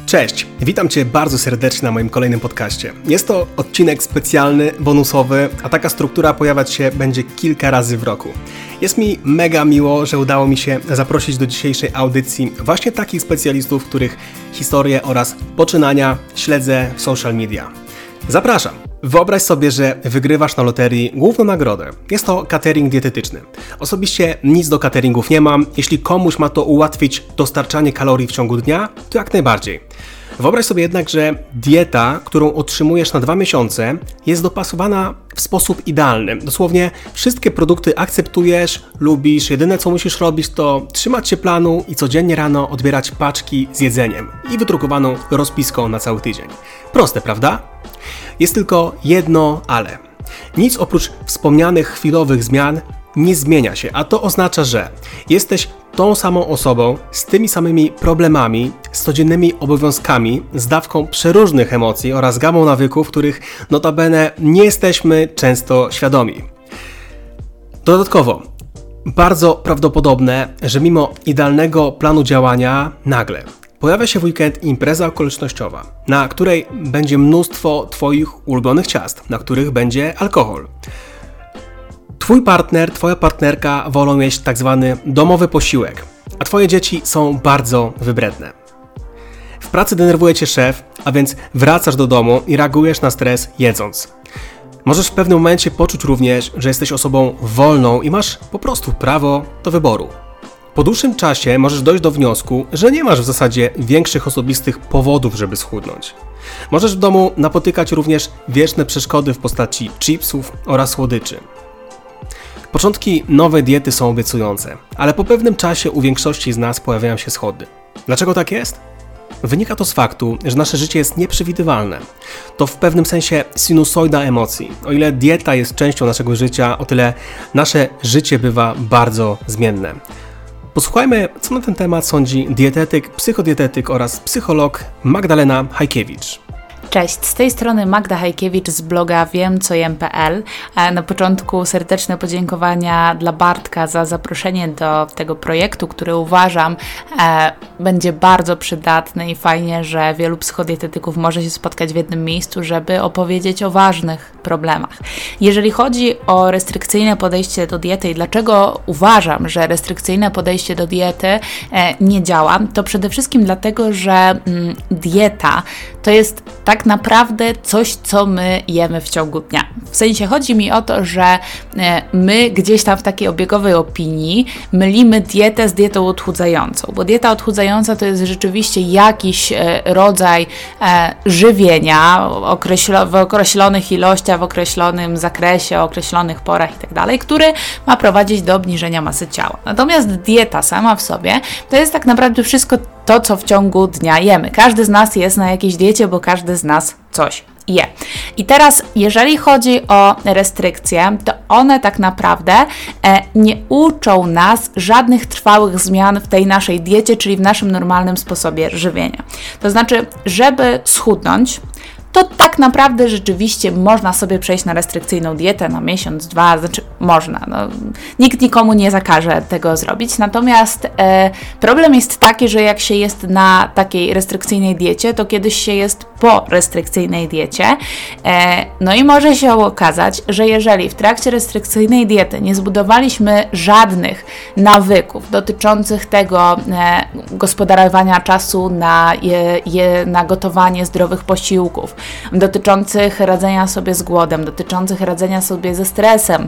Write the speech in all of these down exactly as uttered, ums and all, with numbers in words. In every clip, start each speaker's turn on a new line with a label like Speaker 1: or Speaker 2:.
Speaker 1: Cześć, witam Cię bardzo serdecznie na moim kolejnym podcaście. Jest to odcinek specjalny, bonusowy, a taka struktura pojawiać się będzie kilka razy w roku. Jest mi mega miło, że udało mi się zaprosić do dzisiejszej audycji właśnie takich specjalistów, których historie oraz poczynania śledzę w social media. Zapraszam! Wyobraź sobie, że wygrywasz na loterii główną nagrodę. Jest to catering dietetyczny. Osobiście nic do cateringów nie mam. Jeśli komuś ma to ułatwić dostarczanie kalorii w ciągu dnia, to jak najbardziej. Wyobraź sobie jednak, że dieta, którą otrzymujesz na dwa miesiące, jest dopasowana w sposób idealny. Dosłownie wszystkie produkty akceptujesz, lubisz, jedyne co musisz robić to trzymać się planu i codziennie rano odbierać paczki z jedzeniem i wydrukowaną rozpiską na cały tydzień. Proste, prawda? Jest tylko jedno ale. Nic oprócz wspomnianych chwilowych zmian nie zmienia się, a to oznacza, że jesteś tą samą osobą, z tymi samymi problemami, z codziennymi obowiązkami, z dawką przeróżnych emocji oraz gamą nawyków, których notabene nie jesteśmy często świadomi. Dodatkowo, bardzo prawdopodobne, że mimo idealnego planu działania nagle pojawia się w weekend impreza okolicznościowa, na której będzie mnóstwo Twoich ulubionych ciast, na których będzie alkohol. Twój partner, Twoja partnerka wolą jeść tak zwany domowy posiłek, a Twoje dzieci są bardzo wybredne. W pracy denerwuje Cię szef, a więc wracasz do domu i reagujesz na stres jedząc. Możesz w pewnym momencie poczuć również, że jesteś osobą wolną i masz po prostu prawo do wyboru. Po dłuższym czasie możesz dojść do wniosku, że nie masz w zasadzie większych osobistych powodów, żeby schudnąć. Możesz w domu napotykać również wieczne przeszkody w postaci chipsów oraz słodyczy. Początki nowej diety są obiecujące, ale po pewnym czasie u większości z nas pojawiają się schody. Dlaczego tak jest? Wynika to z faktu, że nasze życie jest nieprzewidywalne. To w pewnym sensie sinusoida emocji. O ile dieta jest częścią naszego życia, o tyle nasze życie bywa bardzo zmienne. Posłuchajmy, co na ten temat sądzi dietetyk, psychodietetyk oraz psycholog Magdalena Hajkiewicz.
Speaker 2: Cześć, z tej strony Magda Hajkiewicz z bloga wiem co jem kropka pe el. Na początku serdeczne podziękowania dla Bartka za zaproszenie do tego projektu, który uważam e, będzie bardzo przydatny i fajnie, że wielu psychodietetyków może się spotkać w jednym miejscu, żeby opowiedzieć o ważnych problemach. Jeżeli chodzi o restrykcyjne podejście do diety i dlaczego uważam, że restrykcyjne podejście do diety e, nie działa, to przede wszystkim dlatego, że mm, dieta to jest tak naprawdę coś, co my jemy w ciągu dnia. W sensie chodzi mi o to, że my gdzieś tam w takiej obiegowej opinii mylimy dietę z dietą odchudzającą, bo dieta odchudzająca to jest rzeczywiście jakiś rodzaj żywienia w określonych ilościach, w określonym zakresie, o określonych porach itd., który ma prowadzić do obniżenia masy ciała. Natomiast dieta sama w sobie to jest tak naprawdę wszystko to, co w ciągu dnia jemy. Każdy z nas jest na jakiejś diecie, bo każdy z nas coś je. I teraz, jeżeli chodzi o restrykcje, to one tak naprawdę e, nie uczą nas żadnych trwałych zmian w tej naszej diecie, czyli w naszym normalnym sposobie żywienia. To znaczy, żeby schudnąć, to tak naprawdę rzeczywiście można sobie przejść na restrykcyjną dietę na miesiąc, dwa, znaczy można, no, nikt nikomu nie zakaże tego zrobić, natomiast e, problem jest taki, że jak się jest na takiej restrykcyjnej diecie, to kiedyś się jest po restrykcyjnej diecie, e, no i może się okazać, że jeżeli w trakcie restrykcyjnej diety nie zbudowaliśmy żadnych nawyków dotyczących tego e, gospodarowania czasu na, je, je, na gotowanie zdrowych posiłków, dotyczących radzenia sobie z głodem, dotyczących radzenia sobie ze stresem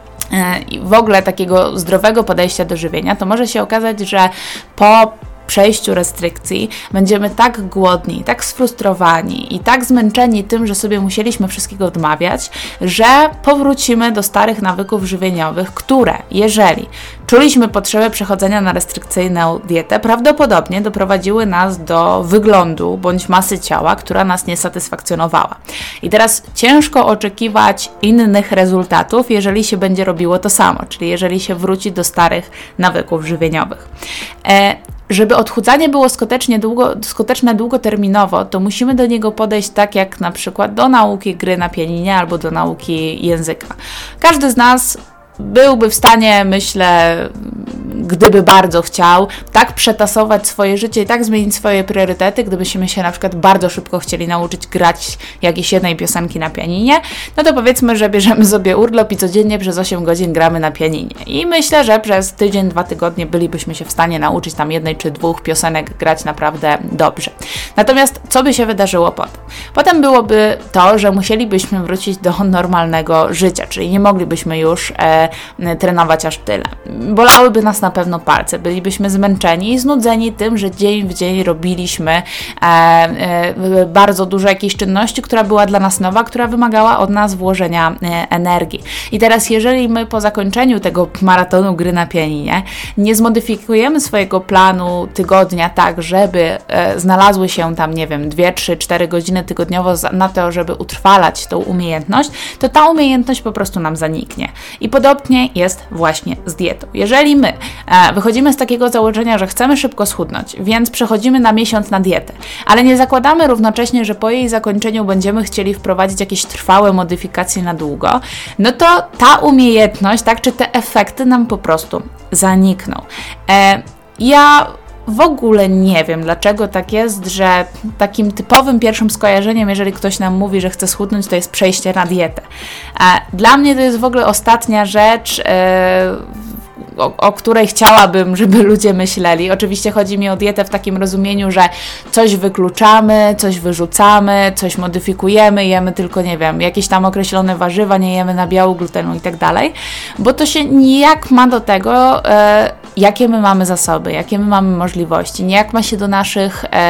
Speaker 2: i w ogóle takiego zdrowego podejścia do żywienia, to może się okazać, że po przejściu restrykcji będziemy tak głodni, tak sfrustrowani i tak zmęczeni tym, że sobie musieliśmy wszystkiego odmawiać, że powrócimy do starych nawyków żywieniowych, które, jeżeli czuliśmy potrzebę przechodzenia na restrykcyjną dietę, prawdopodobnie doprowadziły nas do wyglądu bądź masy ciała, która nas nie satysfakcjonowała. I teraz ciężko oczekiwać innych rezultatów, jeżeli się będzie robiło to samo, czyli jeżeli się wróci do starych nawyków żywieniowych. E, Żeby odchudzanie było skutecznie długo, skuteczne długoterminowo, to musimy do niego podejść tak jak na przykład do nauki gry na pianinie albo do nauki języka. Każdy z nas byłby w stanie, myślę, gdyby bardzo chciał, tak przetasować swoje życie i tak zmienić swoje priorytety, gdybyśmy się na przykład bardzo szybko chcieli nauczyć grać jakiejś jednej piosenki na pianinie, no to powiedzmy, że bierzemy sobie urlop i codziennie przez osiem godzin gramy na pianinie. I myślę, że przez tydzień, dwa tygodnie bylibyśmy się w stanie nauczyć tam jednej czy dwóch piosenek grać naprawdę dobrze. Natomiast co by się wydarzyło potem? Potem byłoby to, że musielibyśmy wrócić do normalnego życia, czyli nie moglibyśmy już e, trenować aż tyle. Bolałyby nas na pewno palce, bylibyśmy zmęczeni i znudzeni tym, że dzień w dzień robiliśmy e, e, bardzo dużo jakiejś czynności, która była dla nas nowa, która wymagała od nas włożenia e, energii. I teraz jeżeli my po zakończeniu tego maratonu gry na pianinie nie zmodyfikujemy swojego planu tygodnia tak, żeby e, znalazły się tam, nie wiem, dwie, trzy, cztery godziny tygodniowo za, na to, żeby utrwalać tą umiejętność, to ta umiejętność po prostu nam zaniknie. I podobnie jest właśnie z dietą. Jeżeli my e, wychodzimy z takiego założenia, że chcemy szybko schudnąć, więc przechodzimy na miesiąc na dietę, ale nie zakładamy równocześnie, że po jej zakończeniu będziemy chcieli wprowadzić jakieś trwałe modyfikacje na długo, no to ta umiejętność, tak, czy te efekty nam po prostu zanikną. E, ja w ogóle nie wiem, dlaczego tak jest, że takim typowym pierwszym skojarzeniem, jeżeli ktoś nam mówi, że chce schudnąć, to jest przejście na dietę. Dla mnie to jest w ogóle ostatnia rzecz, O, o której chciałabym, żeby ludzie myśleli. Oczywiście chodzi mi o dietę w takim rozumieniu, że coś wykluczamy, coś wyrzucamy, coś modyfikujemy, jemy tylko, nie wiem, jakieś tam określone warzywa, nie jemy nabiału, glutenu i tak dalej, bo to się nijak ma do tego, e, jakie my mamy zasoby, jakie my mamy możliwości, nijak ma się do naszych e,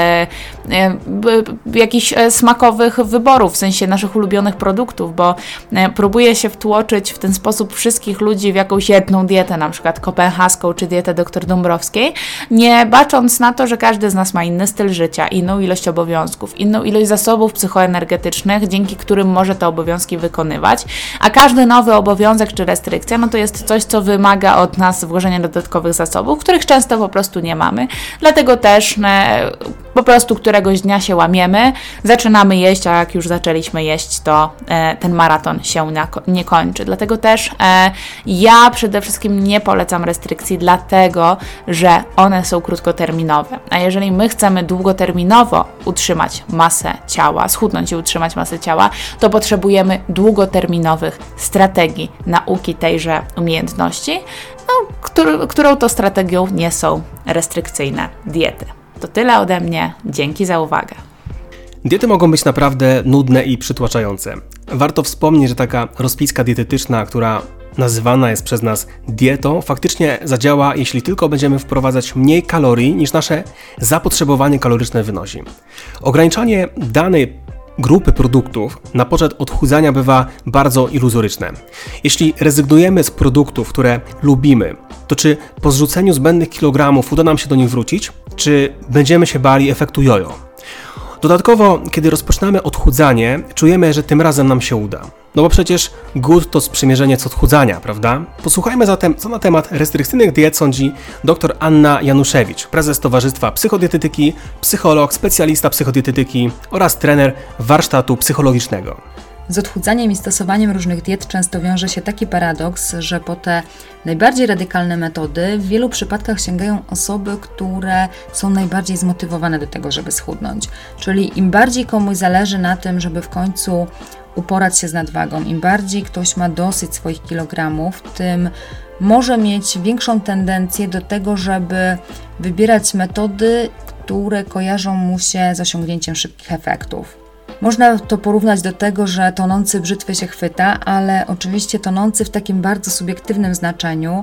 Speaker 2: e, b, jakichś e, smakowych wyborów, w sensie naszych ulubionych produktów, bo e, próbuje się wtłoczyć w ten sposób wszystkich ludzi w jakąś jedną dietę, na przykład kopenhaską czy dietę doktor Dąbrowskiej, nie bacząc na to, że każdy z nas ma inny styl życia, inną ilość obowiązków, inną ilość zasobów psychoenergetycznych, dzięki którym może te obowiązki wykonywać, a każdy nowy obowiązek czy restrykcja, no to jest coś, co wymaga od nas włożenia dodatkowych zasobów, których często po prostu nie mamy, dlatego też e, po prostu któregoś dnia się łamiemy, zaczynamy jeść, a jak już zaczęliśmy jeść, to e, ten maraton się na, nie kończy. Dlatego też e, ja przede wszystkim nie polecam restrykcji, dlatego, że one są krótkoterminowe. A jeżeli my chcemy długoterminowo utrzymać masę ciała, schudnąć i utrzymać masę ciała, to potrzebujemy długoterminowych strategii nauki tejże umiejętności, no, który, którą to strategią nie są restrykcyjne diety. To tyle ode mnie. Dzięki za uwagę.
Speaker 1: Diety mogą być naprawdę nudne i przytłaczające. Warto wspomnieć, że taka rozpiska dietetyczna, która nazywana jest przez nas dietą, faktycznie zadziała, jeśli tylko będziemy wprowadzać mniej kalorii niż nasze zapotrzebowanie kaloryczne wynosi. Ograniczanie danej grupy produktów na poczet odchudzania bywa bardzo iluzoryczne. Jeśli rezygnujemy z produktów, które lubimy, to czy po zrzuceniu zbędnych kilogramów uda nam się do nich wrócić, czy będziemy się bali efektu jojo? Dodatkowo, kiedy rozpoczynamy odchudzanie, czujemy, że tym razem nam się uda. No bo przecież głód to sprzymierzeniec odchudzania, prawda? Posłuchajmy zatem, co na temat restrykcyjnych diet sądzi dr Anna Januszewicz, prezes Towarzystwa Psychodietetyki, psycholog, specjalista psychodietetyki oraz trener warsztatu psychologicznego.
Speaker 3: Z odchudzaniem i stosowaniem różnych diet często wiąże się taki paradoks, że po te najbardziej radykalne metody w wielu przypadkach sięgają osoby, które są najbardziej zmotywowane do tego, żeby schudnąć. Czyli im bardziej komuś zależy na tym, żeby w końcu uporać się z nadwagą, im bardziej ktoś ma dosyć swoich kilogramów, tym może mieć większą tendencję do tego, żeby wybierać metody, które kojarzą mu się z osiągnięciem szybkich efektów. Można to porównać do tego, że tonący brzytwy się chwyta, ale oczywiście tonący w takim bardzo subiektywnym znaczeniu,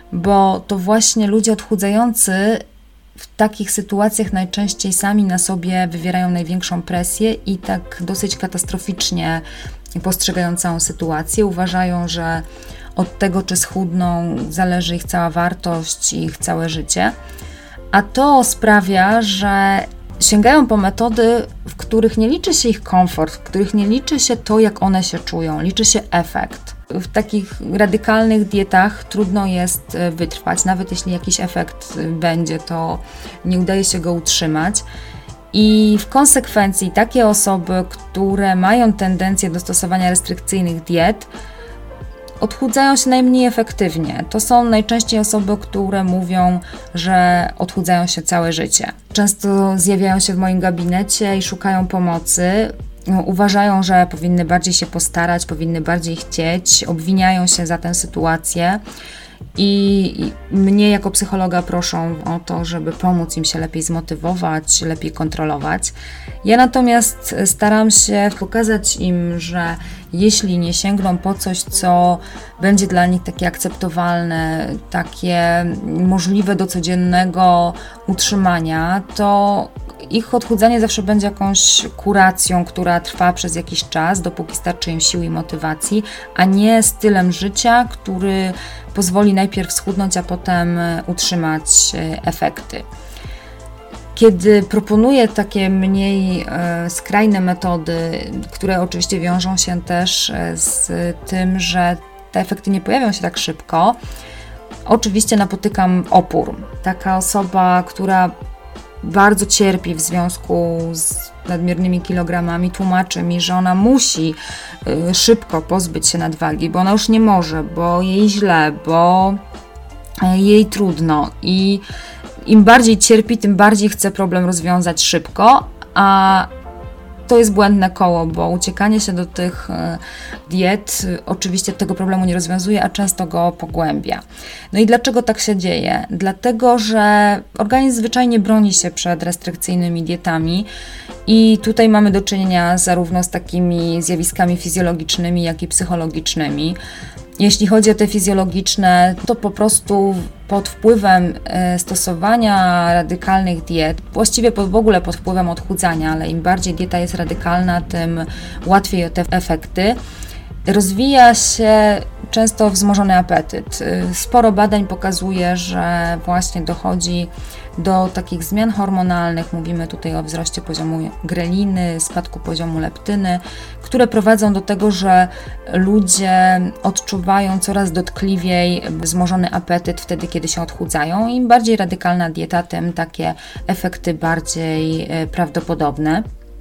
Speaker 3: bo to właśnie ludzie odchudzający w takich sytuacjach najczęściej sami na sobie wywierają największą presję i tak dosyć katastroficznie postrzegają całą sytuację. Uważają, że od tego, czy schudną, zależy ich cała wartość i ich całe życie. A to sprawia, że sięgają po metody, w których nie liczy się ich komfort, w których nie liczy się to, jak one się czują, liczy się efekt. W takich radykalnych dietach trudno jest wytrwać, nawet jeśli jakiś efekt będzie, to nie udaje się go utrzymać. I w konsekwencji takie osoby, które mają tendencję do stosowania restrykcyjnych diet, odchudzają się najmniej efektywnie. To są najczęściej osoby, które mówią, że odchudzają się całe życie. Często zjawiają się w moim gabinecie i szukają pomocy. Uważają, że powinny bardziej się postarać, powinny bardziej chcieć, obwiniają się za tę sytuację. I mnie jako psychologa proszą o to, żeby pomóc im się lepiej zmotywować, lepiej kontrolować. Ja natomiast staram się pokazać im, że jeśli nie sięgną po coś, co będzie dla nich takie akceptowalne, takie możliwe do codziennego utrzymania, to ich odchudzanie zawsze będzie jakąś kuracją, która trwa przez jakiś czas, dopóki starczy im sił i motywacji, a nie stylem życia, który pozwoli najpierw schudnąć, a potem utrzymać efekty. Kiedy proponuję takie mniej e, skrajne metody, które oczywiście wiążą się też z tym, że te efekty nie pojawią się tak szybko, oczywiście napotykam opór. Taka osoba, która bardzo cierpi w związku z nadmiernymi kilogramami, tłumaczy mi, że ona musi y, szybko pozbyć się nadwagi, bo ona już nie może, bo jej źle, bo y, jej trudno i im bardziej cierpi, tym bardziej chce problem rozwiązać szybko, a to jest błędne koło, bo uciekanie się do tych diet oczywiście tego problemu nie rozwiązuje, a często go pogłębia. No i dlaczego tak się dzieje? Dlatego, że organizm zwyczajnie broni się przed restrykcyjnymi dietami i tutaj mamy do czynienia zarówno z takimi zjawiskami fizjologicznymi, jak i psychologicznymi. Jeśli chodzi o te fizjologiczne, to po prostu pod wpływem stosowania radykalnych diet, właściwie w ogóle pod wpływem odchudzania, ale im bardziej dieta jest radykalna, tym łatwiej o te efekty, rozwija się często wzmożony apetyt. Sporo badań pokazuje, że właśnie dochodzi do takich zmian hormonalnych, mówimy tutaj o wzroście poziomu greliny, spadku poziomu leptyny, które prowadzą do tego, że ludzie odczuwają coraz dotkliwiej wzmożony apetyt wtedy, kiedy się odchudzają. Im bardziej radykalna dieta, tym takie efekty bardziej prawdopodobne.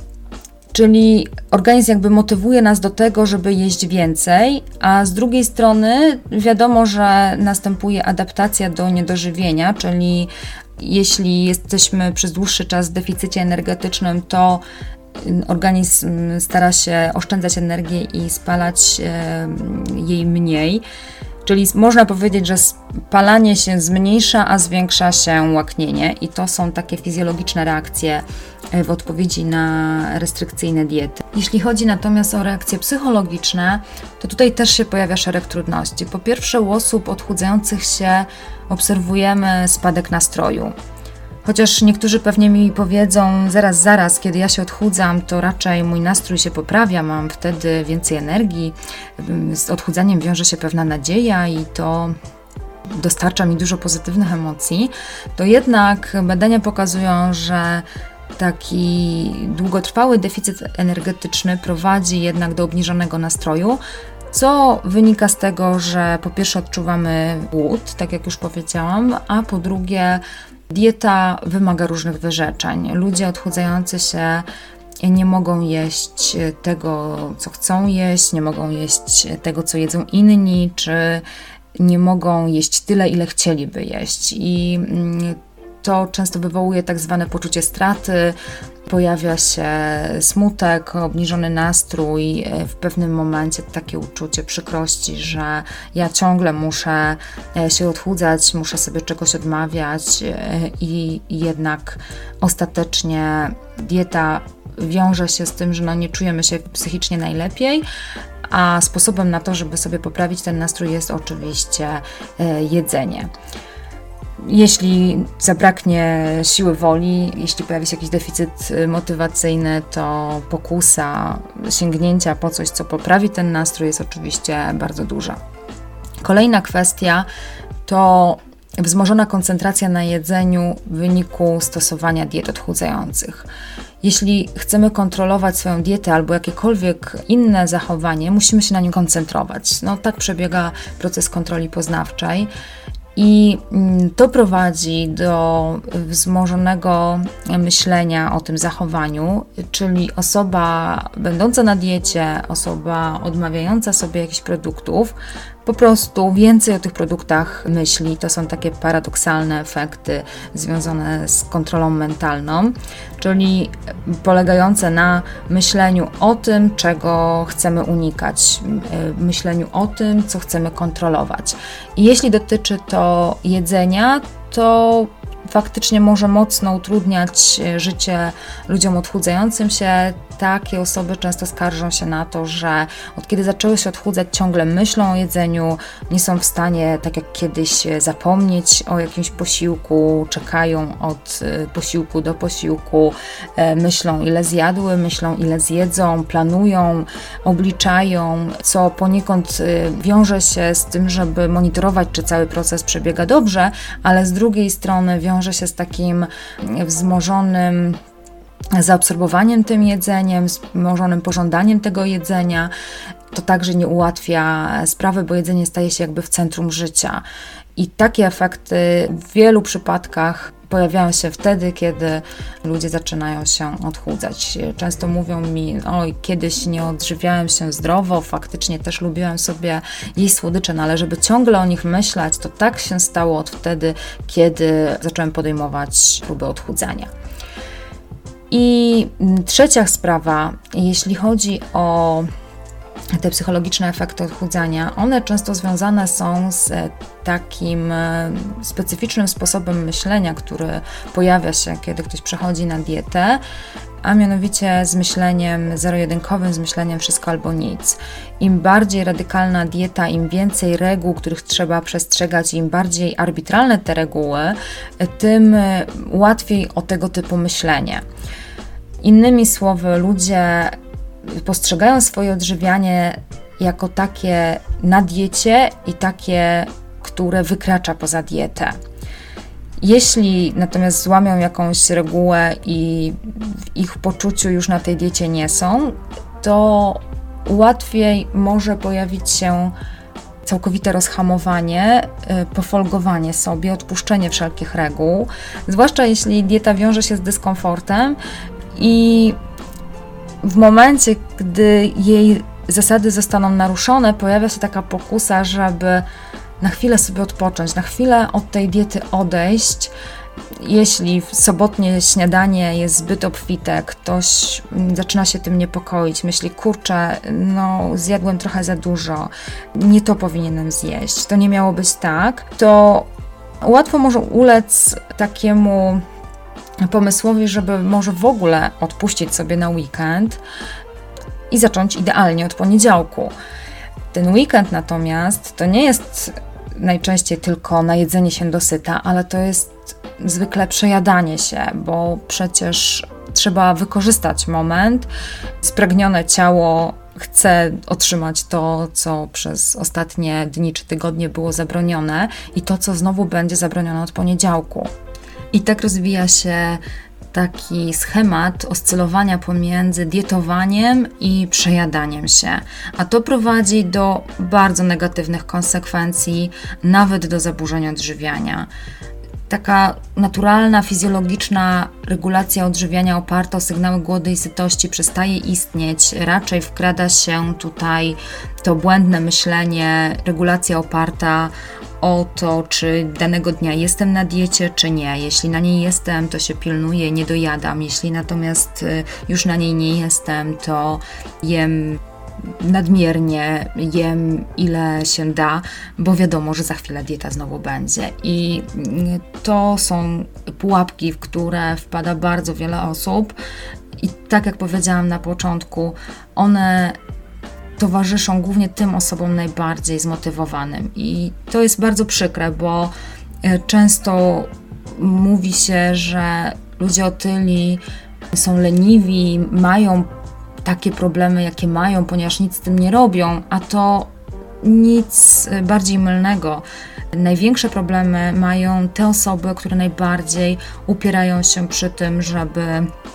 Speaker 3: Czyli organizm jakby motywuje nas do tego, żeby jeść więcej, a z drugiej strony wiadomo, że następuje adaptacja do niedożywienia, czyli jeśli jesteśmy przez dłuższy czas w deficycie energetycznym, to organizm stara się oszczędzać energię i spalać jej mniej. Czyli można powiedzieć, że spalanie się zmniejsza, a zwiększa się łaknienie i to są takie fizjologiczne reakcje w odpowiedzi na restrykcyjne diety. Jeśli chodzi natomiast o reakcje psychologiczne, to tutaj też się pojawia szereg trudności. Po pierwsze, u osób odchudzających się obserwujemy spadek nastroju. Chociaż niektórzy pewnie mi powiedzą, zaraz, zaraz, kiedy ja się odchudzam, to raczej mój nastrój się poprawia, mam wtedy więcej energii, z odchudzaniem wiąże się pewna nadzieja i to dostarcza mi dużo pozytywnych emocji, to jednak badania pokazują, że taki długotrwały deficyt energetyczny prowadzi jednak do obniżonego nastroju, co wynika z tego, że po pierwsze odczuwamy głód, tak jak już powiedziałam, a po drugie dieta wymaga różnych wyrzeczeń. Ludzie odchudzający się nie mogą jeść tego, co chcą jeść, nie mogą jeść tego, co jedzą inni, czy nie mogą jeść tyle, ile chcieliby jeść. I to często wywołuje tak zwane poczucie straty, pojawia się smutek, obniżony nastrój, w pewnym momencie takie uczucie przykrości, że ja ciągle muszę się odchudzać, muszę sobie czegoś odmawiać i jednak ostatecznie dieta wiąże się z tym, że no nie czujemy się psychicznie najlepiej, a sposobem na to, żeby sobie poprawić ten nastrój jest oczywiście jedzenie. Jeśli zabraknie siły woli, jeśli pojawi się jakiś deficyt motywacyjny, to pokusa sięgnięcia po coś, co poprawi ten nastrój, jest oczywiście bardzo duża. Kolejna kwestia to wzmożona koncentracja na jedzeniu w wyniku stosowania diet odchudzających. Jeśli chcemy kontrolować swoją dietę albo jakiekolwiek inne zachowanie, musimy się na nim koncentrować. No, tak przebiega proces kontroli poznawczej. I to prowadzi do wzmożonego myślenia o tym zachowaniu, czyli osoba będąca na diecie, osoba odmawiająca sobie jakichś produktów po prostu więcej o tych produktach myśli. To są takie paradoksalne efekty związane z kontrolą mentalną, czyli polegające na myśleniu o tym, czego chcemy unikać, myśleniu o tym, co chcemy kontrolować. I jeśli dotyczy to jedzenia, to faktycznie może mocno utrudniać życie ludziom odchudzającym się. Takie osoby często skarżą się na to, że od kiedy zaczęły się odchudzać, ciągle myślą o jedzeniu, nie są w stanie, tak jak kiedyś, zapomnieć o jakimś posiłku, czekają od posiłku do posiłku, myślą ile zjadły, myślą ile zjedzą, planują, obliczają, co poniekąd wiąże się z tym, żeby monitorować, czy cały proces przebiega dobrze, ale z drugiej strony wiąże się z takim wzmożonym zaabsorbowaniem tym jedzeniem, wzmożonym pożądaniem tego jedzenia. To także nie ułatwia sprawy, bo jedzenie staje się jakby w centrum życia. I takie efekty w wielu przypadkach pojawiają się wtedy, kiedy ludzie zaczynają się odchudzać. Często mówią mi, oj, kiedyś nie odżywiałem się zdrowo, faktycznie też lubiłem sobie jeść słodycze, no ale żeby ciągle o nich myśleć, to tak się stało od wtedy, kiedy zacząłem podejmować próby odchudzania. I trzecia sprawa, jeśli chodzi o te psychologiczne efekty odchudzania, one często związane są z takim specyficznym sposobem myślenia, który pojawia się, kiedy ktoś przechodzi na dietę, a mianowicie z myśleniem zero-jedynkowym, z myśleniem wszystko albo nic. Im bardziej radykalna dieta, im więcej reguł, których trzeba przestrzegać, im bardziej arbitralne te reguły, tym łatwiej o tego typu myślenie. Innymi słowy, ludzie postrzegają swoje odżywianie jako takie na diecie i takie, które wykracza poza dietę. Jeśli natomiast złamią jakąś regułę i w ich poczuciu już na tej diecie nie są, to łatwiej może pojawić się całkowite rozhamowanie, pofolgowanie sobie, odpuszczenie wszelkich reguł, zwłaszcza jeśli dieta wiąże się z dyskomfortem i w momencie, gdy jej zasady zostaną naruszone, pojawia się taka pokusa, żeby na chwilę sobie odpocząć, na chwilę od tej diety odejść. Jeśli sobotnie śniadanie jest zbyt obfite, ktoś zaczyna się tym niepokoić, myśli, kurczę, no zjadłem trochę za dużo, nie to powinienem zjeść, to nie miało być tak, to łatwo może ulec takiemu pomysłowi, żeby może w ogóle odpuścić sobie na weekend i zacząć idealnie od poniedziałku. Ten weekend natomiast to nie jest najczęściej tylko najedzenie się dosyta, ale to jest zwykle przejadanie się, bo przecież trzeba wykorzystać moment. Spragnione ciało chce otrzymać to, co przez ostatnie dni czy tygodnie było zabronione i to, co znowu będzie zabronione od poniedziałku. I tak rozwija się taki schemat oscylowania pomiędzy dietowaniem i przejadaniem się, a to prowadzi do bardzo negatywnych konsekwencji, nawet do zaburzeń odżywiania. Taka naturalna, fizjologiczna regulacja odżywiania oparta o sygnały głodu i sytości przestaje istnieć, raczej wkrada się tutaj to błędne myślenie, regulacja oparta o to, czy danego dnia jestem na diecie, czy nie. Jeśli na niej jestem, to się pilnuję, nie dojadam. Jeśli natomiast już na niej nie jestem, to jem nadmiernie, jem ile się da, bo wiadomo, że za chwilę dieta znowu będzie. I to są pułapki, w które wpada bardzo wiele osób i tak jak powiedziałam na początku, one towarzyszą głównie tym osobom najbardziej zmotywowanym i to jest bardzo przykre, bo często mówi się, że ludzie otyli są leniwi, mają takie problemy, jakie mają, ponieważ nic z tym nie robią, a to nic bardziej mylnego. Największe problemy mają te osoby, które najbardziej upierają się przy tym, żeby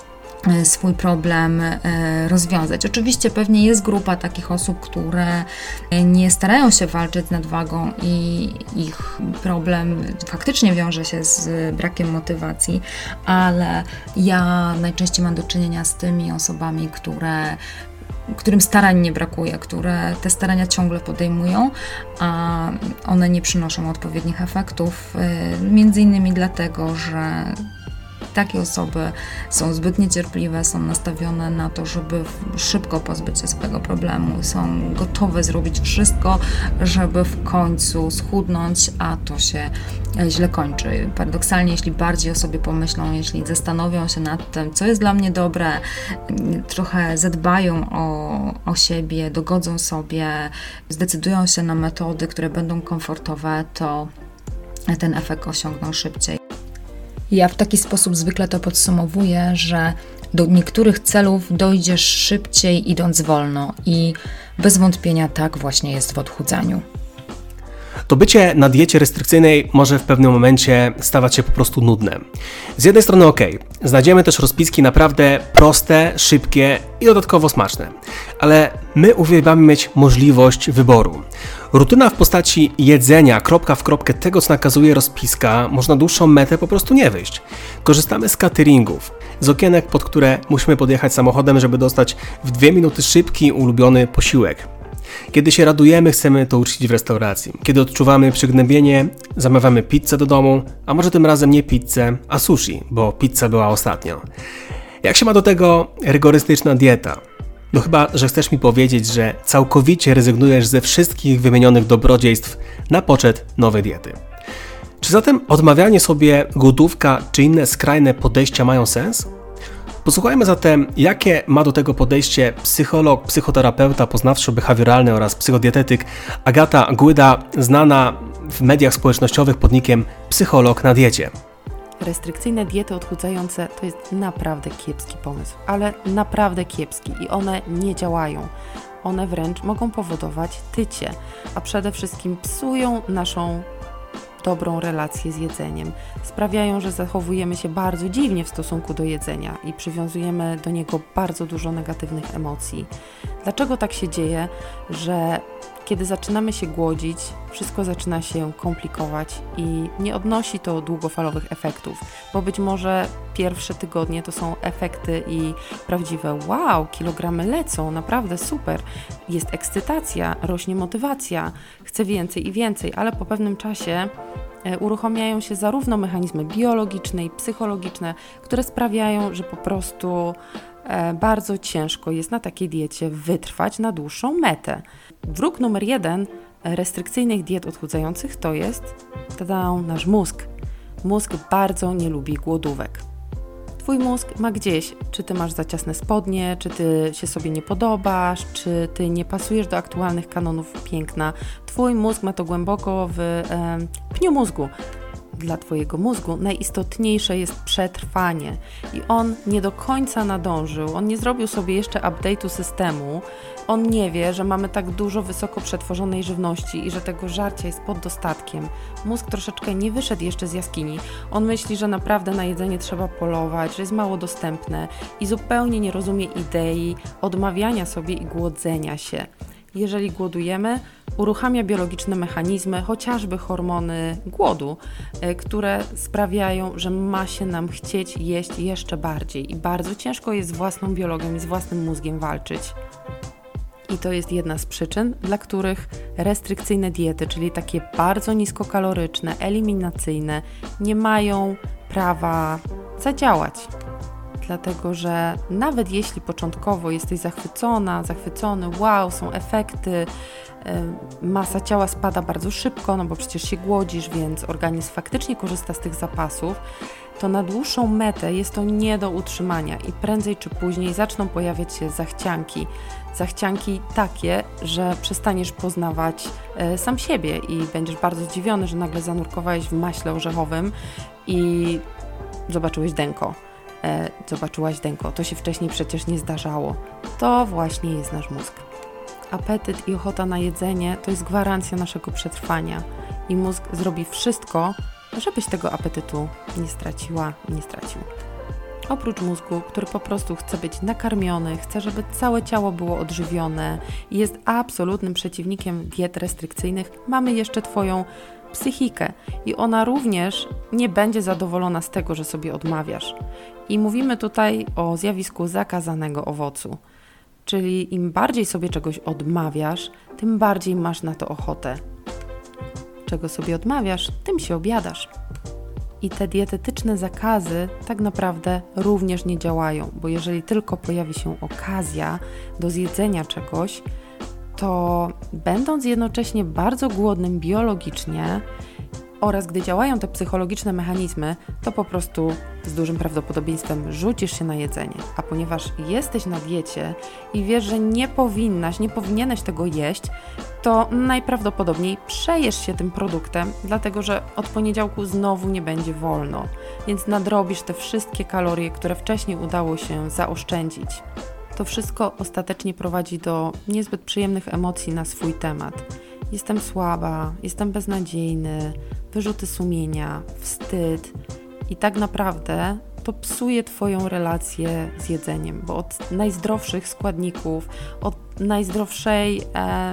Speaker 3: swój problem rozwiązać. Oczywiście pewnie jest grupa takich osób, które nie starają się walczyć z nadwagą i ich problem faktycznie wiąże się z brakiem motywacji, ale ja najczęściej mam do czynienia z tymi osobami, które którym starań nie brakuje, które te starania ciągle podejmują, a one nie przynoszą odpowiednich efektów, między innymi dlatego, że takie osoby są zbyt niecierpliwe, są nastawione na to, żeby szybko pozbyć się swojego problemu, są gotowe zrobić wszystko, żeby w końcu schudnąć, a to się źle kończy. Paradoksalnie, jeśli bardziej o sobie pomyślą, jeśli zastanowią się nad tym, co jest dla mnie dobre, trochę zadbają o, o siebie, dogodzą sobie, zdecydują się na metody, które będą komfortowe, to ten efekt osiągną szybciej. Ja w taki sposób zwykle to podsumowuję, że do niektórych celów dojdziesz szybciej idąc wolno i bez wątpienia tak właśnie jest w odchudzaniu.
Speaker 1: To bycie na diecie restrykcyjnej może w pewnym momencie stawać się po prostu nudne. Z jednej strony ok, znajdziemy też rozpiski naprawdę proste, szybkie i dodatkowo smaczne, ale my uwielbiamy mieć możliwość wyboru. Rutyna w postaci jedzenia kropka w kropkę tego, co nakazuje rozpiska, może na dłuższą metę po prostu nie wyjść. Korzystamy z cateringów, z okienek, pod które musimy podjechać samochodem, żeby dostać w dwie minuty szybki, ulubiony posiłek. Kiedy się radujemy, chcemy to uczcić w restauracji. Kiedy odczuwamy przygnębienie, zamawiamy pizzę do domu, a może tym razem nie pizzę, a sushi, bo pizza była ostatnio. Jak się ma do tego rygorystyczna dieta? No chyba, że chcesz mi powiedzieć, że całkowicie rezygnujesz ze wszystkich wymienionych dobrodziejstw na poczet nowej diety. Czy zatem odmawianie sobie głodówka czy inne skrajne podejścia mają sens? Posłuchajmy zatem, jakie ma do tego podejście psycholog, psychoterapeuta poznawczo-behawioralny oraz psychodietetyk Agata Głyda, znana w mediach społecznościowych pod nickiem Psycholog na diecie.
Speaker 4: Restrykcyjne diety odchudzające to jest naprawdę kiepski pomysł, ale naprawdę kiepski i one nie działają. One wręcz mogą powodować tycie, a przede wszystkim psują naszą dobrą relację z jedzeniem. Sprawiają, że zachowujemy się bardzo dziwnie w stosunku do jedzenia i przywiązujemy do niego bardzo dużo negatywnych emocji. Dlaczego tak się dzieje, że kiedy zaczynamy się głodzić, wszystko zaczyna się komplikować i nie odnosi to długofalowych efektów, bo być może pierwsze tygodnie to są efekty i prawdziwe wow, kilogramy lecą, naprawdę super, jest ekscytacja, rośnie motywacja, chcę więcej i więcej, ale po pewnym czasie uruchamiają się zarówno mechanizmy biologiczne i psychologiczne, które sprawiają, że po prostu bardzo ciężko jest na takiej diecie wytrwać na dłuższą metę. Wróg numer jeden restrykcyjnych diet odchudzających to jest tada, nasz mózg. Mózg bardzo nie lubi głodówek. Twój mózg ma gdzieś, czy ty masz za ciasne spodnie, czy ty się sobie nie podobasz, czy ty nie pasujesz do aktualnych kanonów piękna. Twój mózg ma to głęboko w e, pniu mózgu. Dla twojego mózgu najistotniejsze jest przetrwanie i on nie do końca nadążył, on nie zrobił sobie jeszcze update'u systemu, on nie wie, że mamy tak dużo wysoko przetworzonej żywności i że tego żarcia jest pod dostatkiem. Mózg troszeczkę nie wyszedł jeszcze z jaskini, on myśli, że naprawdę na jedzenie trzeba polować, że jest mało dostępne i zupełnie nie rozumie idei odmawiania sobie i głodzenia się. Jeżeli głodujemy, uruchamia biologiczne mechanizmy, chociażby hormony głodu, które sprawiają, że ma się nam chcieć jeść jeszcze bardziej i bardzo ciężko jest z własną biologią i z własnym mózgiem walczyć. I to jest jedna z przyczyn, dla których restrykcyjne diety, czyli takie bardzo niskokaloryczne, eliminacyjne, nie mają prawa zadziałać. Dlatego, że nawet jeśli początkowo jesteś zachwycona, zachwycony, wow, są efekty, masa ciała spada bardzo szybko, no bo przecież się głodzisz, więc organizm faktycznie korzysta z tych zapasów, to na dłuższą metę jest to nie do utrzymania i prędzej czy później zaczną pojawiać się zachcianki. Zachcianki takie, że przestaniesz poznawać e, sam siebie i będziesz bardzo zdziwiony, że nagle zanurkowałeś w maśle orzechowym i zobaczyłeś denko. E, zobaczyłaś denko. To się wcześniej przecież nie zdarzało. To właśnie jest nasz mózg. Apetyt i ochota na jedzenie to jest gwarancja naszego przetrwania i mózg zrobi wszystko, żebyś tego apetytu nie straciła, nie stracił. Oprócz mózgu, który po prostu chce być nakarmiony, chce, żeby całe ciało było odżywione i jest absolutnym przeciwnikiem diet restrykcyjnych, mamy jeszcze Twoją psychikę i ona również nie będzie zadowolona z tego, że sobie odmawiasz. I mówimy tutaj o zjawisku zakazanego owocu. Czyli im bardziej sobie czegoś odmawiasz, tym bardziej masz na to ochotę. Czego sobie odmawiasz, tym się obiadasz. I te dietetyczne zakazy tak naprawdę również nie działają, bo jeżeli tylko pojawi się okazja do zjedzenia czegoś, to będąc jednocześnie bardzo głodnym biologicznie oraz gdy działają te psychologiczne mechanizmy, to po prostu z dużym prawdopodobieństwem rzucisz się na jedzenie. A ponieważ jesteś na diecie i wiesz, że nie powinnaś, nie powinieneś tego jeść, to najprawdopodobniej przejesz się tym produktem, dlatego że od poniedziałku znowu nie będzie wolno, więc nadrobisz te wszystkie kalorie, które wcześniej udało się zaoszczędzić. To wszystko ostatecznie prowadzi do niezbyt przyjemnych emocji na swój temat. Jestem słaba, jestem beznadziejny, wyrzuty sumienia, wstyd i tak naprawdę to psuje Twoją relację z jedzeniem, bo od najzdrowszych składników, od najzdrowszej,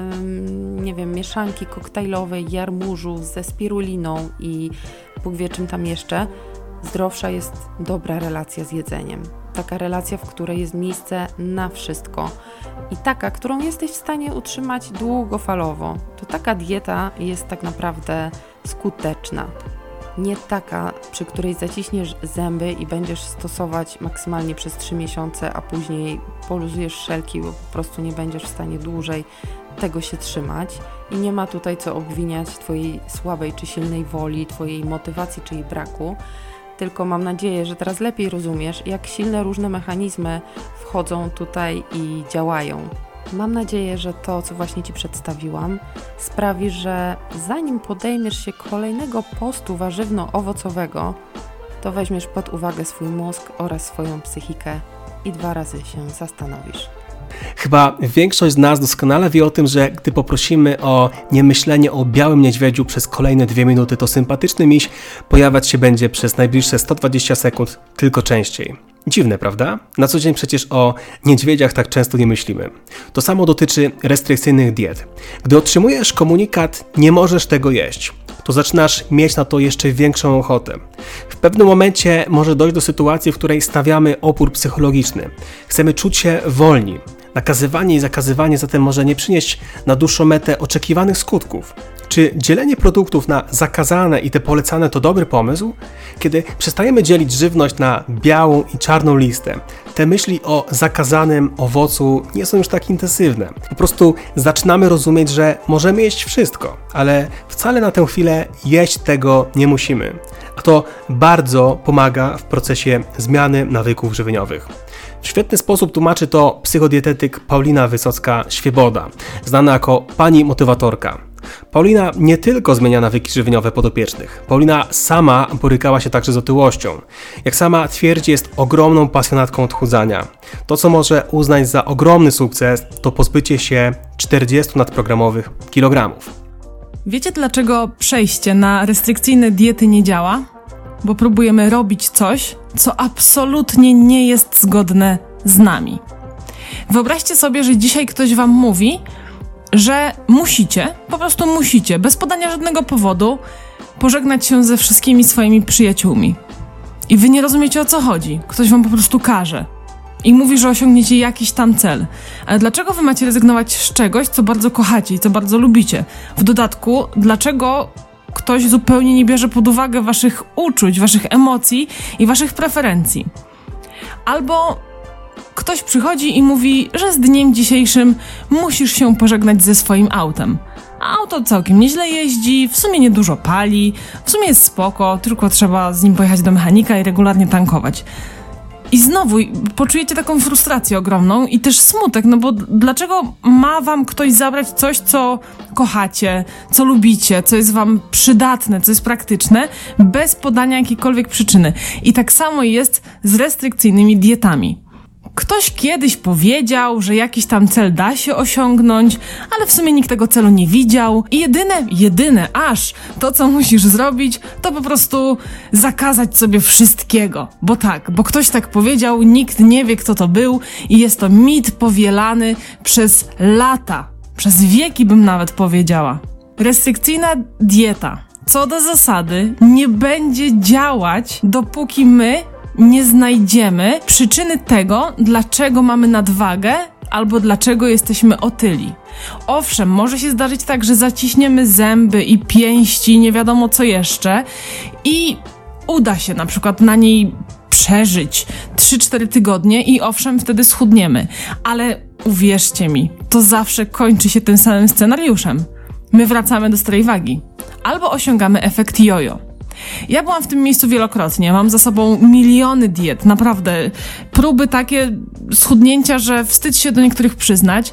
Speaker 4: em, nie wiem, mieszanki koktajlowej, jarmużu ze spiruliną i Bóg wie czym tam jeszcze, zdrowsza jest dobra relacja z jedzeniem. Taka relacja, w której jest miejsce na wszystko i taka, którą jesteś w stanie utrzymać długofalowo. To taka dieta jest tak naprawdę skuteczna. Nie taka, przy której zaciśniesz zęby i będziesz stosować maksymalnie przez trzy miesiące, a później poluzujesz szelki, bo po prostu nie będziesz w stanie dłużej tego się trzymać. I nie ma tutaj co obwiniać Twojej słabej czy silnej woli, Twojej motywacji czy jej braku. Tylko mam nadzieję, że teraz lepiej rozumiesz, jak silne różne mechanizmy wchodzą tutaj i działają. Mam nadzieję, że to, co właśnie Ci przedstawiłam, sprawi, że zanim podejmiesz się kolejnego postu warzywno-owocowego, to weźmiesz pod uwagę swój mózg oraz swoją psychikę i dwa razy się zastanowisz.
Speaker 1: Chyba większość z nas doskonale wie o tym, że gdy poprosimy o niemyślenie o białym niedźwiedziu przez kolejne dwie minuty, to sympatyczny miś pojawiać się będzie przez najbliższe sto dwadzieścia sekund tylko częściej. Dziwne, prawda? Na co dzień przecież o niedźwiedziach tak często nie myślimy. To samo dotyczy restrykcyjnych diet. Gdy otrzymujesz komunikat, nie możesz tego jeść, to zaczynasz mieć na to jeszcze większą ochotę. W pewnym momencie może dojść do sytuacji, w której stawiamy opór psychologiczny. Chcemy czuć się wolni. Nakazywanie i zakazywanie zatem może nie przynieść na dłuższą metę oczekiwanych skutków. Czy dzielenie produktów na zakazane i te polecane to dobry pomysł? Kiedy przestajemy dzielić żywność na białą i czarną listę, te myśli o zakazanym owocu nie są już tak intensywne. Po prostu zaczynamy rozumieć, że możemy jeść wszystko, ale wcale na tę chwilę jeść tego nie musimy. A to bardzo pomaga w procesie zmiany nawyków żywieniowych. W świetny sposób tłumaczy to psychodietetyk Paulina Wysocka-Świeboda, znana jako pani motywatorka. Paulina nie tylko zmienia nawyki żywieniowe podopiecznych. Paulina sama borykała się także z otyłością. Jak sama twierdzi, jest ogromną pasjonatką odchudzania. To, co może uznać za ogromny sukces, to pozbycie się czterdziestu nadprogramowych kilogramów.
Speaker 5: Wiecie, dlaczego przejście na restrykcyjne diety nie działa? Bo próbujemy robić coś, co absolutnie nie jest zgodne z nami. Wyobraźcie sobie, że dzisiaj ktoś wam mówi, że musicie, po prostu musicie, bez podania żadnego powodu, pożegnać się ze wszystkimi swoimi przyjaciółmi. I wy nie rozumiecie, o co chodzi. Ktoś wam po prostu każe. I mówi, że osiągniecie jakiś tam cel. Ale dlaczego wy macie rezygnować z czegoś, co bardzo kochacie i co bardzo lubicie? W dodatku, dlaczego ktoś zupełnie nie bierze pod uwagę waszych uczuć, waszych emocji i waszych preferencji? Albo ktoś przychodzi i mówi, że z dniem dzisiejszym musisz się pożegnać ze swoim autem. A auto całkiem nieźle jeździ, w sumie niedużo pali, w sumie jest spoko, tylko trzeba z nim pojechać do mechanika i regularnie tankować. I znowu poczujecie taką frustrację ogromną i też smutek, no bo dlaczego ma wam ktoś zabrać coś, co kochacie, co lubicie, co jest wam przydatne, co jest praktyczne, bez podania jakiejkolwiek przyczyny. I tak samo jest z restrykcyjnymi dietami. Ktoś kiedyś powiedział, że jakiś tam cel da się osiągnąć, ale w sumie nikt tego celu nie widział i jedyne, jedyne aż to, co musisz zrobić, to po prostu zakazać sobie wszystkiego. Bo tak, bo ktoś tak powiedział, nikt nie wie, kto to był i jest to mit powielany przez lata, przez wieki bym nawet powiedziała. Restrykcyjna dieta, co do zasady, nie będzie działać, dopóki my nie znajdziemy przyczyny tego, dlaczego mamy nadwagę albo dlaczego jesteśmy otyli. Owszem, może się zdarzyć tak, że zaciśniemy zęby i pięści, nie wiadomo co jeszcze i uda się na przykład na niej przeżyć trzy cztery tygodnie i owszem, wtedy schudniemy. Ale uwierzcie mi, to zawsze kończy się tym samym scenariuszem. My wracamy do starej wagi. Albo osiągamy efekt jojo. Ja byłam w tym miejscu wielokrotnie, mam za sobą miliony diet, naprawdę. Próby takie schudnięcia, że wstyd się do niektórych przyznać.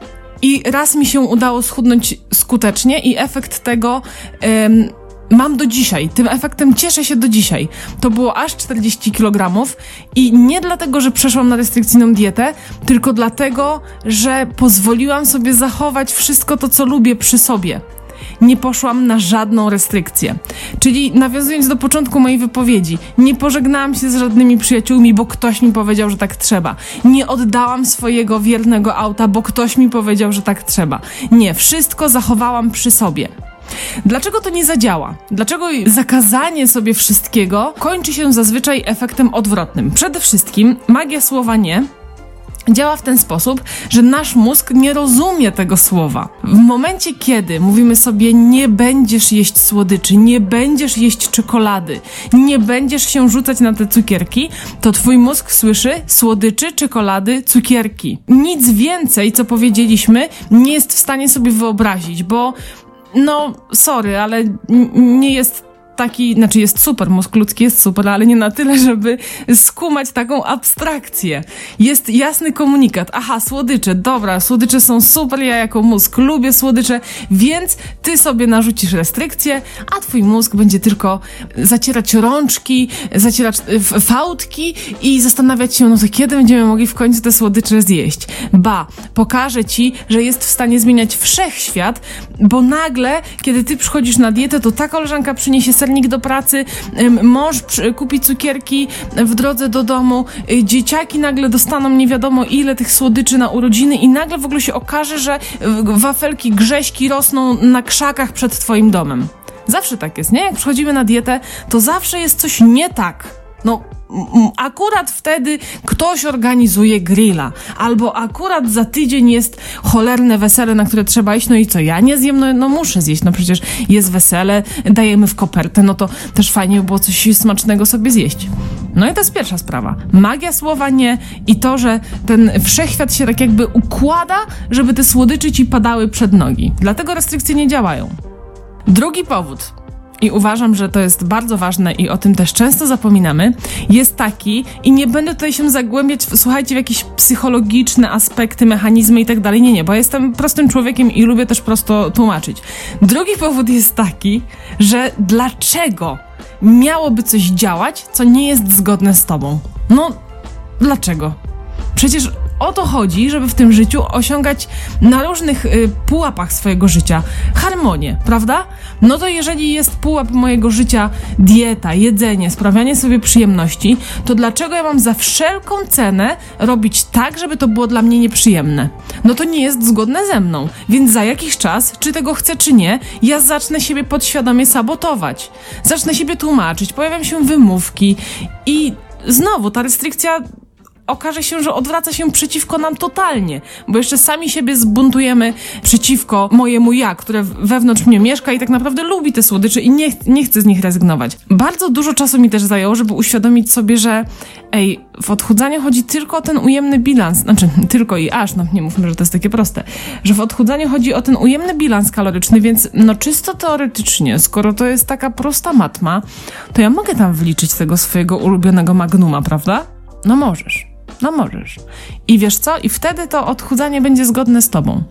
Speaker 5: I raz mi się udało schudnąć skutecznie i efekt tego ym, mam do dzisiaj. Tym efektem cieszę się do dzisiaj. To było aż czterdzieści kilogramów i nie dlatego, że przeszłam na restrykcyjną dietę, tylko dlatego, że pozwoliłam sobie zachować wszystko to, co lubię przy sobie. Nie poszłam na żadną restrykcję. Czyli nawiązując do początku mojej wypowiedzi, nie pożegnałam się z żadnymi przyjaciółmi, bo ktoś mi powiedział, że tak trzeba. Nie oddałam swojego wiernego auta, bo ktoś mi powiedział, że tak trzeba. Nie, wszystko zachowałam przy sobie. Dlaczego to nie zadziała? Dlaczego zakazanie sobie wszystkiego kończy się zazwyczaj efektem odwrotnym? Przede wszystkim magia słowa nie działa w ten sposób, że nasz mózg nie rozumie tego słowa. W momencie, kiedy mówimy sobie nie będziesz jeść słodyczy, nie będziesz jeść czekolady, nie będziesz się rzucać na te cukierki, to twój mózg słyszy słodyczy, czekolady, cukierki. Nic więcej, co powiedzieliśmy, nie jest w stanie sobie wyobrazić, bo no, sorry, ale n- nie jest taki, znaczy jest super, mózg ludzki jest super, ale nie na tyle, żeby skumać taką abstrakcję. Jest jasny komunikat. Aha, słodycze, dobra, słodycze są super, ja jako mózg lubię słodycze, więc ty sobie narzucisz restrykcje, a twój mózg będzie tylko zacierać rączki, zacierać fałdki i zastanawiać się, no to kiedy będziemy mogli w końcu te słodycze zjeść. Ba, pokażę ci, że jest w stanie zmieniać wszechświat, bo nagle, kiedy ty przychodzisz na dietę, to ta koleżanka przyniesie sernik do pracy, mąż kupi cukierki w drodze do domu, dzieciaki nagle dostaną nie wiadomo ile tych słodyczy na urodziny i nagle w ogóle się okaże, że wafelki, grześki rosną na krzakach przed twoim domem. Zawsze tak jest, nie? Jak przychodzimy na dietę, to zawsze jest coś nie tak. No, akurat wtedy ktoś organizuje grilla, albo akurat za tydzień jest cholerne wesele, na które trzeba iść, no i co, ja nie zjem, no, no muszę zjeść, no przecież jest wesele, dajemy w kopertę, no to też fajnie by było coś smacznego sobie zjeść. No i to jest pierwsza sprawa. Magia słowa nie i to, że ten wszechświat się tak jakby układa, żeby te słodycze ci padały przed nogi. Dlatego restrykcje nie działają. Drugi powód, i uważam, że to jest bardzo ważne i o tym też często zapominamy, jest taki, i nie będę tutaj się zagłębiać, słuchajcie, w jakieś psychologiczne aspekty, mechanizmy i tak dalej, nie, nie, bo jestem prostym człowiekiem i lubię też prosto tłumaczyć. Drugi powód jest taki, że dlaczego miałoby coś działać, co nie jest zgodne z tobą? No, dlaczego? Przecież o to chodzi, żeby w tym życiu osiągać na różnych y, pułapach swojego życia harmonię, prawda? No to jeżeli jest pułap mojego życia dieta, jedzenie, sprawianie sobie przyjemności, to dlaczego ja mam za wszelką cenę robić tak, żeby to było dla mnie nieprzyjemne? No to nie jest zgodne ze mną, więc za jakiś czas, czy tego chcę, czy nie, ja zacznę siebie podświadomie sabotować. Zacznę siebie tłumaczyć, pojawią się wymówki i znowu ta restrykcja okaże się, że odwraca się przeciwko nam totalnie, bo jeszcze sami siebie zbuntujemy przeciwko mojemu ja, które wewnątrz mnie mieszka i tak naprawdę lubi te słodycze i nie, nie chce z nich rezygnować. Bardzo dużo czasu mi też zajęło, żeby uświadomić sobie, że ej, w odchudzaniu chodzi tylko o ten ujemny bilans, znaczy tylko i aż, no nie mówmy, że to jest takie proste, że w odchudzaniu chodzi o ten ujemny bilans kaloryczny, więc no czysto teoretycznie, skoro to jest taka prosta matma, to ja mogę tam wliczyć tego swojego ulubionego magnuma, prawda? No możesz. No możesz. I wiesz co? I wtedy to odchudzanie będzie zgodne z tobą.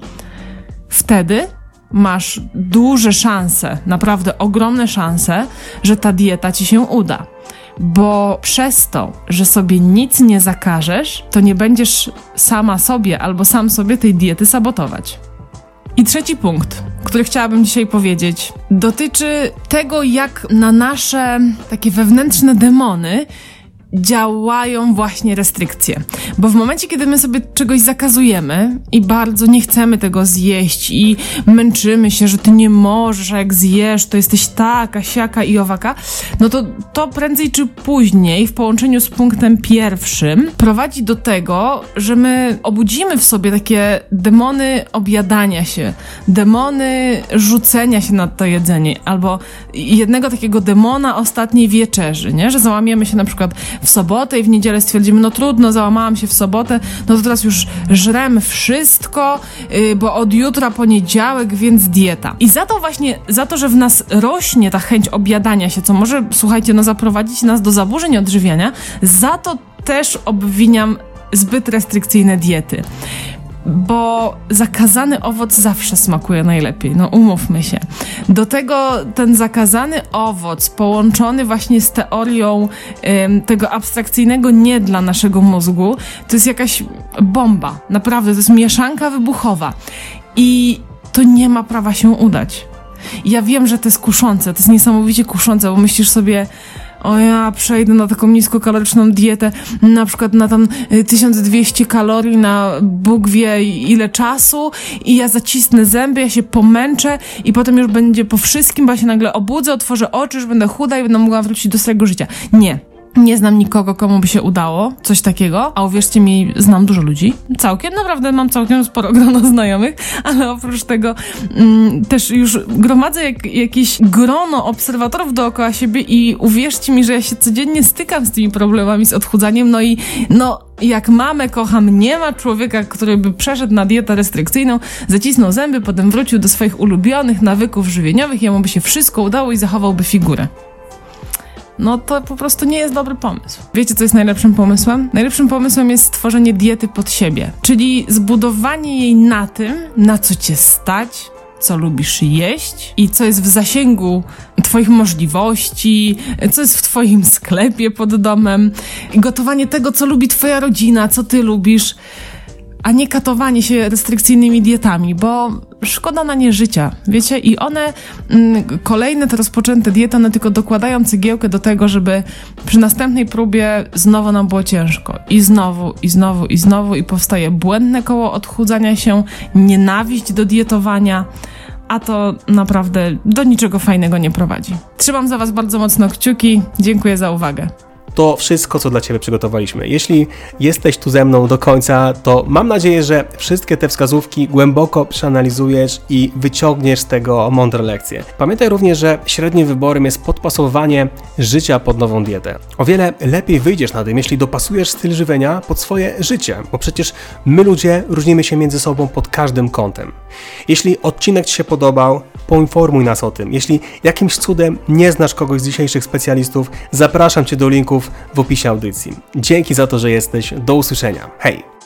Speaker 5: Wtedy masz duże szanse, naprawdę ogromne szanse, że ta dieta ci się uda. Bo przez to, że sobie nic nie zakażesz, to nie będziesz sama sobie albo sam sobie tej diety sabotować. I trzeci punkt, który chciałabym dzisiaj powiedzieć, dotyczy tego, jak na nasze takie wewnętrzne demony działają właśnie restrykcje. Bo w momencie, kiedy my sobie czegoś zakazujemy i bardzo nie chcemy tego zjeść i męczymy się, że ty nie możesz, a jak zjesz, to jesteś taka, siaka i owaka, no to to prędzej czy później w połączeniu z punktem pierwszym prowadzi do tego, że my obudzimy w sobie takie demony objadania się, demony rzucenia się na to jedzenie, albo jednego takiego demona ostatniej wieczerzy, nie? Że załamiemy się na przykład w sobotę i w niedzielę stwierdzimy, no trudno, załamałam się w sobotę, no to teraz już żrem wszystko, yy, bo od jutra poniedziałek, więc dieta. I za to właśnie, za to, że w nas rośnie ta chęć objadania się, co może, słuchajcie, no zaprowadzić nas do zaburzeń odżywiania, za to też obwiniam zbyt restrykcyjne diety. Bo zakazany owoc zawsze smakuje najlepiej, no umówmy się. Do tego ten zakazany owoc połączony właśnie z teorią ym, tego abstrakcyjnego nie dla naszego mózgu, to jest jakaś bomba, naprawdę, to jest mieszanka wybuchowa i to nie ma prawa się udać. Ja wiem, że to jest kuszące, to jest niesamowicie kuszące, bo myślisz sobie, o ja przejdę na taką niskokaloryczną dietę, na przykład na tam tysiąc dwieście kalorii na Bóg wie ile czasu i ja zacisnę zęby, ja się pomęczę i potem już będzie po wszystkim, bo ja się nagle obudzę, otworzę oczy, już będę chuda i będę mogła wrócić do swojego życia. Nie. Nie znam nikogo, komu by się udało coś takiego, a uwierzcie mi, znam dużo ludzi. Całkiem, naprawdę mam całkiem sporo grono znajomych, ale oprócz tego mm, też już gromadzę jak, jakieś grono obserwatorów dookoła siebie i uwierzcie mi, że ja się codziennie stykam z tymi problemami z odchudzaniem, no i no jak mamę kocham, nie ma człowieka, który by przeszedł na dietę restrykcyjną, zacisnął zęby, potem wrócił do swoich ulubionych nawyków żywieniowych, jemu by się wszystko udało i zachowałby figurę. No to po prostu nie jest dobry pomysł. Wiecie, co jest najlepszym pomysłem? Najlepszym pomysłem jest stworzenie diety pod siebie, czyli zbudowanie jej na tym, na co cię stać, co lubisz jeść i co jest w zasięgu twoich możliwości, co jest w twoim sklepie pod domem, i gotowanie tego, co lubi twoja rodzina, co ty lubisz, a nie katowanie się restrykcyjnymi dietami, bo szkoda na nie życia, wiecie? I one, mm, kolejne te rozpoczęte diety, one tylko dokładają cegiełkę do tego, żeby przy następnej próbie znowu nam było ciężko. I znowu, i znowu, i znowu, i powstaje błędne koło odchudzania się, nienawiść do dietowania, a to naprawdę do niczego fajnego nie prowadzi. Trzymam za was bardzo mocno kciuki, dziękuję za uwagę.
Speaker 1: To wszystko, co dla Ciebie przygotowaliśmy. Jeśli jesteś tu ze mną do końca, to mam nadzieję, że wszystkie te wskazówki głęboko przeanalizujesz i wyciągniesz z tego mądre lekcje. Pamiętaj również, że średnim wyborem jest podpasowanie życia pod nową dietę. O wiele lepiej wyjdziesz na tym, jeśli dopasujesz styl żywienia pod swoje życie, bo przecież my ludzie różnimy się między sobą pod każdym kątem. Jeśli odcinek Ci się podobał, poinformuj nas o tym. Jeśli jakimś cudem nie znasz kogoś z dzisiejszych specjalistów, zapraszam Cię do linków w opisie audycji. Dzięki za to, że jesteś. Do usłyszenia. Hej!